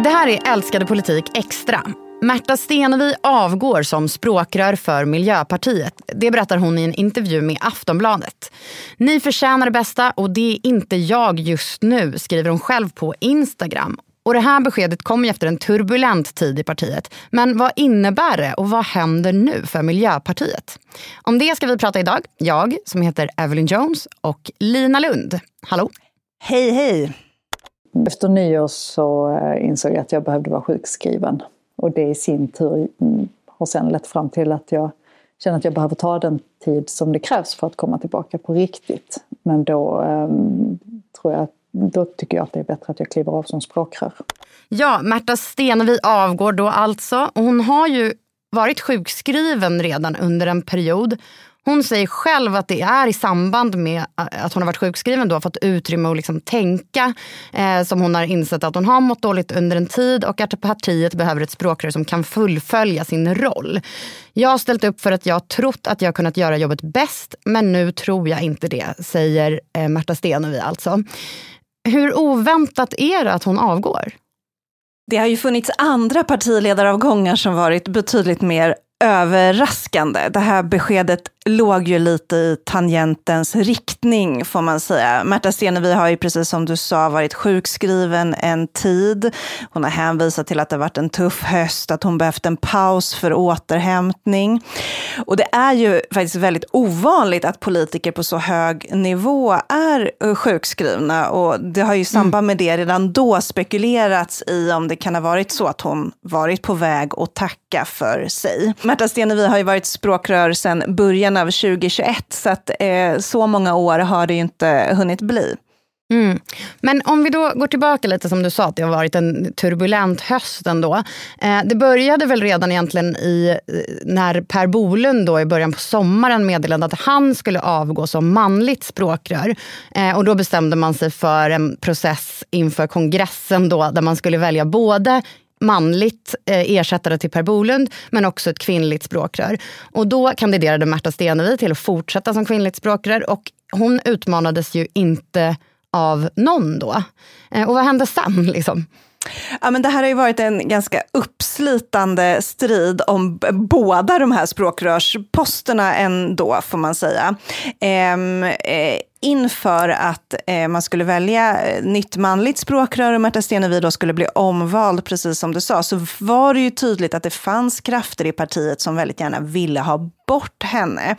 Det här är Älskade politik extra. Märta Stenevi avgår som språkrör för Miljöpartiet. Det berättar hon i en intervju med Aftonbladet. Ni förtjänar det bästa och det är inte jag just nu, skriver hon själv på Instagram. Och det här beskedet kommer efter en turbulent tid i partiet. Men vad innebär det och vad händer nu för Miljöpartiet? Om det ska vi prata idag. Jag, som heter Evelyn Jones, och Lina Lund. Hallå? Hej, hej! Efter nyår så insåg jag att jag behövde vara sjukskriven. Och det i sin tur har sedan lett fram till att jag känner att jag behöver ta den tid som det krävs för att komma tillbaka på riktigt. Men då tycker jag att det är bättre att jag kliver av som språkrör. Ja, Märta Stenevi avgår då alltså. Och hon har ju varit sjukskriven redan under en period. Hon säger själv att det är i samband med att hon har varit sjukskriven då, fått utrymme att liksom tänka, som hon har insett att hon har mått dåligt under en tid och att partiet behöver ett språkrör som kan fullfölja sin roll. Jag har ställt upp för att jag har trott att jag kunnat göra jobbet bäst, men nu tror jag inte det, säger Märta Stenevi alltså. Hur oväntat är det att hon avgår? Det har ju funnits andra partiledaravgångar som varit betydligt mer överraskande. Det här beskedet låg ju lite i tangentens riktning, får man säga. Märta Stenevi har ju, precis som du sa, varit sjukskriven en tid. Hon har hänvisat till att det varit en tuff höst, att hon behövt en paus för återhämtning. Och det är ju faktiskt väldigt ovanligt att politiker på så hög nivå är sjukskrivna. Och det har ju i samband med det redan då spekulerats i om det kan ha varit så att hon varit på väg att tacka för sig. Märta Stenevi har ju varit språkrör sedan början av 2021, så att så många år har det ju inte hunnit bli. Mm. Men om vi då går tillbaka lite, som du sa, att det har varit en turbulent höst ändå. Det började väl redan egentligen när Per Bolund då i början på sommaren meddelade att han skulle avgå som manligt språkrör. Och då bestämde man sig för en process inför kongressen då, där man skulle välja både manligt ersättare till Per Bolund, men också ett kvinnligt språkrör. Och då kandiderade Märta Stenevi till att fortsätta som kvinnligt språkrör, och hon utmanades ju inte av någon då. Och vad hände sen liksom? Ja, men det här har ju varit en ganska uppslitande strid om båda de här språkrörsposterna ändå, får man säga. Inför att man skulle välja nytt manligt språkrör och Märta Stenevi då skulle bli omvald, precis som du sa, så var det ju tydligt att det fanns krafter i partiet som väldigt gärna ville ha bort henne.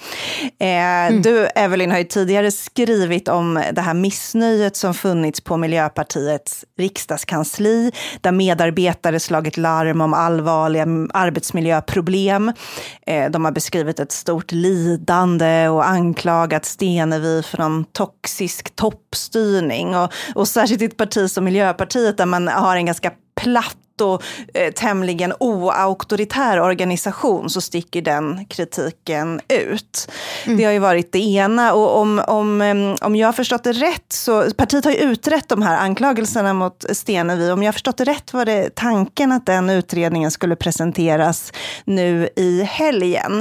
Du, Evelyn, har ju tidigare skrivit om det här missnöjet som funnits på Miljöpartiets riksdagskansli, där medarbetare slagit larm om allvarliga arbetsmiljöproblem. De har beskrivit ett stort lidande och anklagat Stenevi för någon toxisk toppstyrning. Och särskilt i ett parti som Miljöpartiet, där man har en ganska platt och tämligen oauktoritär organisation, så sticker den kritiken ut. Det har ju varit det ena, och om jag har förstått det rätt, så partiet har ju utrett de här anklagelserna mot Stenevi. Om jag har förstått det rätt var det tanken att den utredningen skulle presenteras nu i helgen.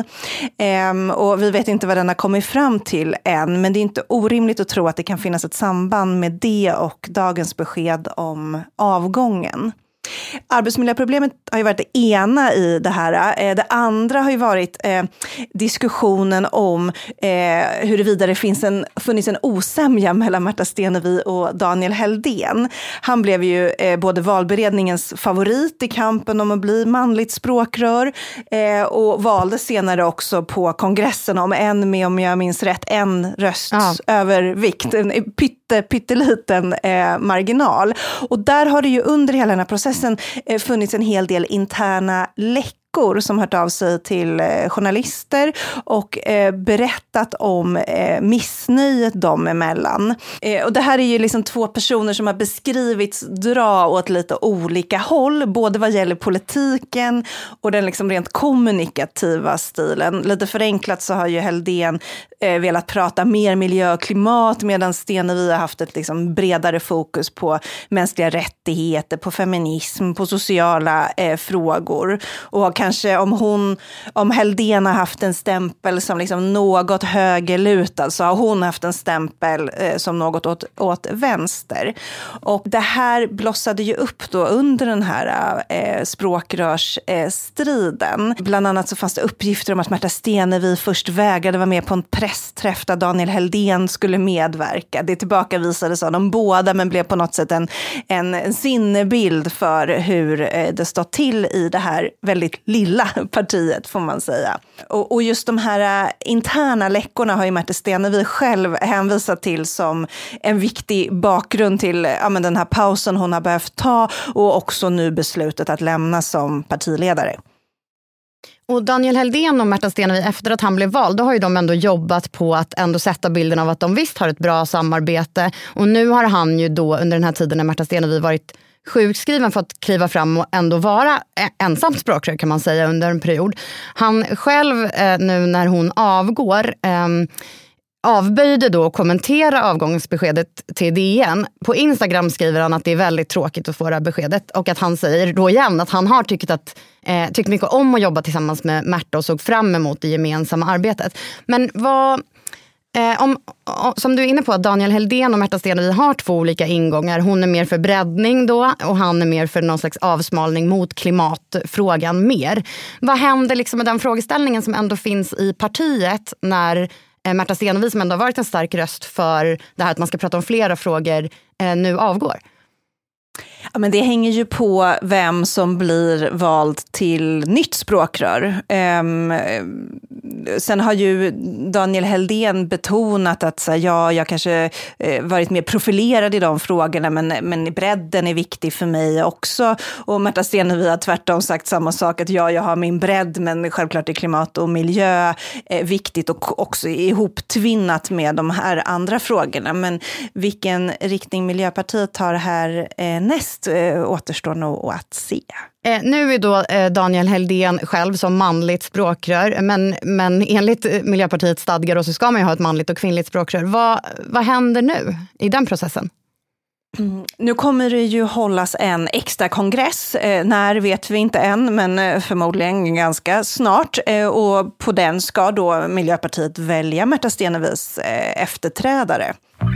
Och vi vet inte vad den har kommit fram till än, men det är inte orimligt att tro att det kan finnas ett samband med det och dagens besked om avgången. Arbetsmiljöproblemet har ju varit det ena i det här. Det andra har ju varit diskussionen om huruvida det funnits en osämja mellan Märta Stenevi och Daniel Heldén. Han blev ju både valberedningens favorit i kampen om att bli manligt språkrör och valde senare också på kongressen om jag minns rätt, en rösts övervikt, en pytteliten marginal. Och där har det ju under hela den här processen funnits en hel del interna läckor som hört av sig till journalister och berättat om missnöjet dem emellan. Och det här är ju liksom två personer som har beskrivits dra åt lite olika håll, både vad gäller politiken och den liksom rent kommunikativa stilen. Lite förenklat så har ju Heldén velat prata mer miljö och klimat, medan Stenevi har haft ett liksom bredare fokus på mänskliga rättigheter, på feminism, på sociala frågor, och har kanske om Helldén har haft en stämpel som liksom något högerlutad, så har hon haft en stämpel som något åt vänster. Och det här blossade ju upp då under den här språkrörsstriden. Bland annat så fanns det uppgifter om att Märta Stenevi först vägrade vara med på en pressträff där Daniel Helldén skulle medverka. Det tillbakavisades av de båda, men blev på något sätt en sinnebild för hur det står till i det här väldigt lilla partiet, får man säga. Och just de här interna läckorna har ju Märta Stenevi själv hänvisat till som en viktig bakgrund till den här pausen hon har behövt ta, och också nu beslutet att lämna som partiledare. Och Daniel Helldén och Märta Stenevi, efter att han blev vald, då har ju de ändå jobbat på att ändå sätta bilden av att de visst har ett bra samarbete. Och nu har han ju då under den här tiden när Märta Stenevi varit sjukskriven för att kliva fram och ändå vara ensam språkrör, kan man säga, under en period. Han själv nu när hon avgår avböjde då att kommentera avgångsbeskedet till DN. På Instagram skriver han att det är väldigt tråkigt att få det här beskedet, och att han säger då igen att han har tyckt mycket om att jobba tillsammans med Märta och såg fram emot det gemensamma arbetet. Men vad... som du är inne på, att Daniel Helldén och Märta Stenevi har två olika ingångar. Hon är mer för breddning då, och han är mer för någon slags avsmalning mot klimatfrågan mer. Vad händer liksom med den frågeställningen som ändå finns i partiet när Märta Stenevi, som ändå har varit en stark röst för det här att man ska prata om flera frågor, nu avgår? Ja, men det hänger ju på vem som blir vald till nytt språkrör. Sen har ju Daniel Helldén betonat att jag kanske varit mer profilerad i de frågorna, men bredden är viktig för mig också. Och Märta Stenevi har tvärtom sagt samma sak, att jag har min bredd, men självklart är klimat och miljö viktigt och också ihoptvinnat med de här andra frågorna. Men vilken riktning Miljöpartiet tar här näst återstår nog att se. Nu är då Daniel Helldén själv som manligt språkrör, men enligt Miljöpartiets stadgar så ska man ju ha ett manligt och kvinnligt språkrör. Vad händer nu i den processen? Nu kommer det ju hållas en extra kongress. När vet vi inte än, men förmodligen ganska snart. Och på den ska då Miljöpartiet välja Märta Stenevis efterträdare.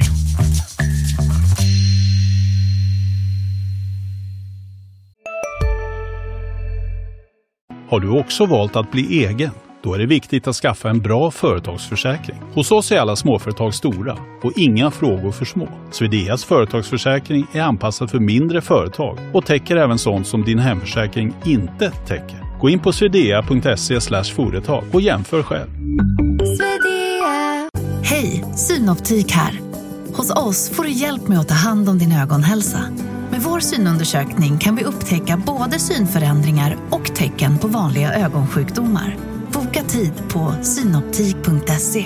Har du också valt att bli egen? Då är det viktigt att skaffa en bra företagsförsäkring. Hos oss är alla småföretag stora och inga frågor för små. Swedeas företagsförsäkring är anpassad för mindre företag och täcker även sånt som din hemförsäkring inte täcker. Gå in på swedea.se/företag och jämför själv. Hej, Synoptik här. Hos oss får du hjälp med att ta hand om din ögonhälsa. Med vår synundersökning kan vi upptäcka både synförändringar och tecken på vanliga ögonsjukdomar. Boka tid på synoptik.se.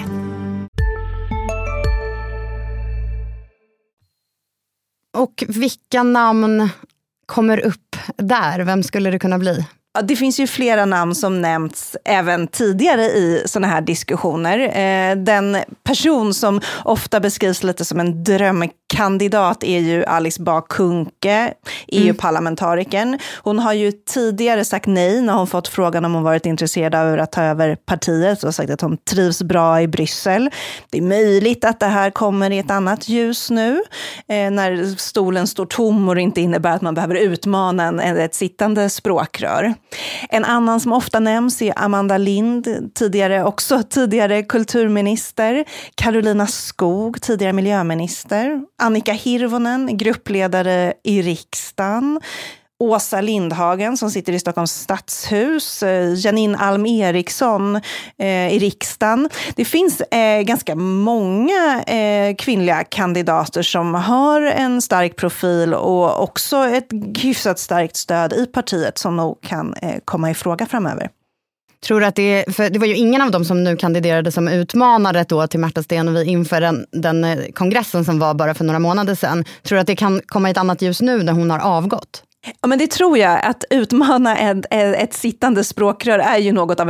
Och vilka namn kommer upp där? Vem skulle det kunna bli? Ja, det finns ju flera namn som nämnts även tidigare i såna här diskussioner. Den person som ofta beskrivs lite som en drömkandidat är ju Alice Bah Kuhnke, EU-parlamentarikern. Hon har ju tidigare sagt nej när hon fått frågan om hon varit intresserad av att ta över partiet och sagt att hon trivs bra i Bryssel. Det är möjligt att det här kommer i ett annat ljus nu när stolen står tom och det inte innebär att man behöver utmana ett sittande språkrör. En annan som ofta nämns är Amanda Lind, tidigare kulturminister, Carolina Skog, tidigare miljöminister, Annika Hirvonen, gruppledare i riksdagen, Åsa Lindhagen som sitter i Stockholms stadshus, Janine Alm Eriksson i riksdagen. Det finns ganska många kvinnliga kandidater som har en stark profil och också ett hyfsat starkt stöd i partiet som nog kan komma i fråga framöver. Tror du att det var ju ingen av dem som nu kandiderade som utmanare då till Märta Stenevi inför den kongressen som var bara för några månader sedan. Tror du att det kan komma ett annat ljus nu när hon har avgått? Ja, men det tror jag. Att utmana ett sittande språkrör är ju något av en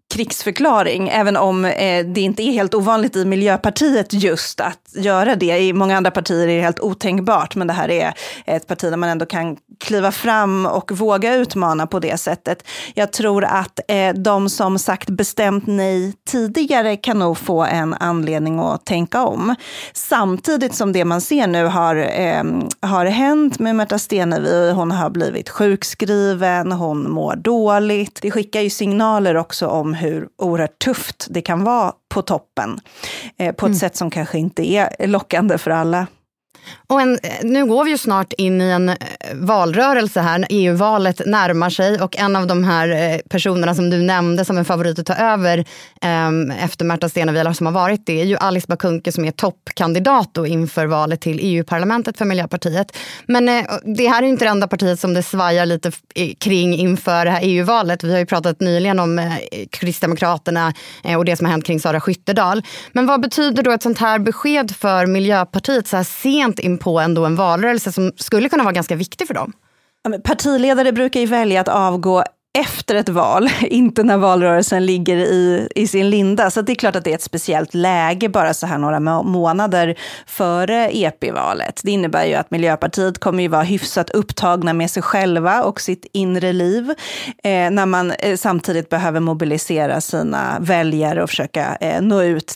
krigsförklaring, även om det inte är helt ovanligt i Miljöpartiet just att göra det. I många andra partier är det helt otänkbart, men det här är ett parti där man ändå kan kliva fram och våga utmana på det sättet. Jag tror att de som sagt bestämt nej tidigare kan nog få en anledning att tänka om. Samtidigt som det man ser nu har hänt med Märta Stenevi, hon har blivit sjukskriven, hon mår dåligt. Det skickar ju signaler också om hur oerhört tufft det kan vara på toppen. På ett sätt som kanske inte är lockande för alla. Och nu går vi ju snart in i en valrörelse här. EU-valet närmar sig och en av de här personerna som du nämnde som en favorit att ta över efter Märta Stenevi som har varit det är ju Alice Bah Kuhnke som är toppkandidat då inför valet till EU-parlamentet för Miljöpartiet. Men det här är ju inte det enda partiet som det svajar lite kring inför det här EU-valet. Vi har ju pratat nyligen om Kristdemokraterna och det som har hänt kring Sara Skyttedal. Men vad betyder då ett sånt här besked för Miljöpartiet så här sent in på ändå en valrörelse som skulle kunna vara ganska viktig för dem? Partiledare brukar ju välja att avgå efter ett val, inte när valrörelsen ligger i sin linda. Så det är klart att det är ett speciellt läge bara så här några månader före EP-valet. Det innebär ju att Miljöpartiet kommer ju vara hyfsat upptagna med sig själva och sitt inre liv när man samtidigt behöver mobilisera sina väljare och försöka nå ut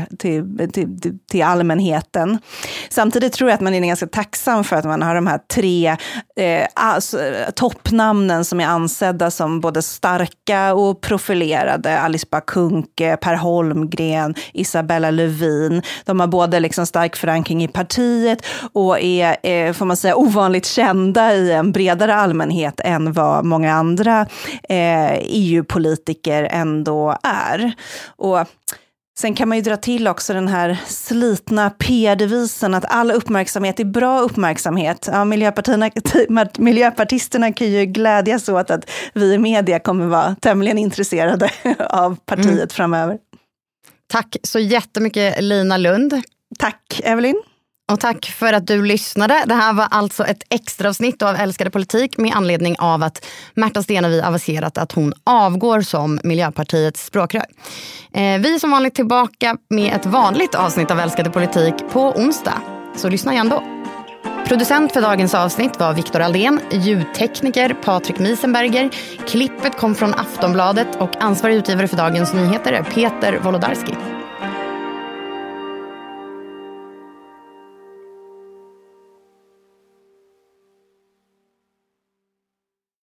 till allmänheten. Samtidigt tror jag att man är ganska tacksam för att man har de här 3 toppnamnen som är ansedda som både starka och profilerade. Alice Bah Kuhnke, Per Holmgren, Isabella Lövin. De har både liksom stark förankring i partiet och är, får man säga, ovanligt kända i en bredare allmänhet än vad många andra EU-politiker ändå är. Och sen kan man ju dra till också den här slitna PR-devisen att all uppmärksamhet är bra uppmärksamhet. Ja, miljöpartisterna kan ju glädjas åt att vi i media kommer vara tämligen intresserade av partiet framöver. Tack så jättemycket Lina Lund. Tack Evelyn. Och tack för att du lyssnade. Det här var alltså ett extra avsnitt av Älskade politik med anledning av att Märta Stenevi aviserat att hon avgår som Miljöpartiets språkrör. Vi är som vanligt tillbaka med ett vanligt avsnitt av Älskade politik på onsdag. Så lyssna igen då. Producent för dagens avsnitt var Viktor Aldén, ljudtekniker Patrik Miesenberger. Klippet kom från Aftonbladet och ansvarig utgivare för dagens nyheter är Peter Wolodarski.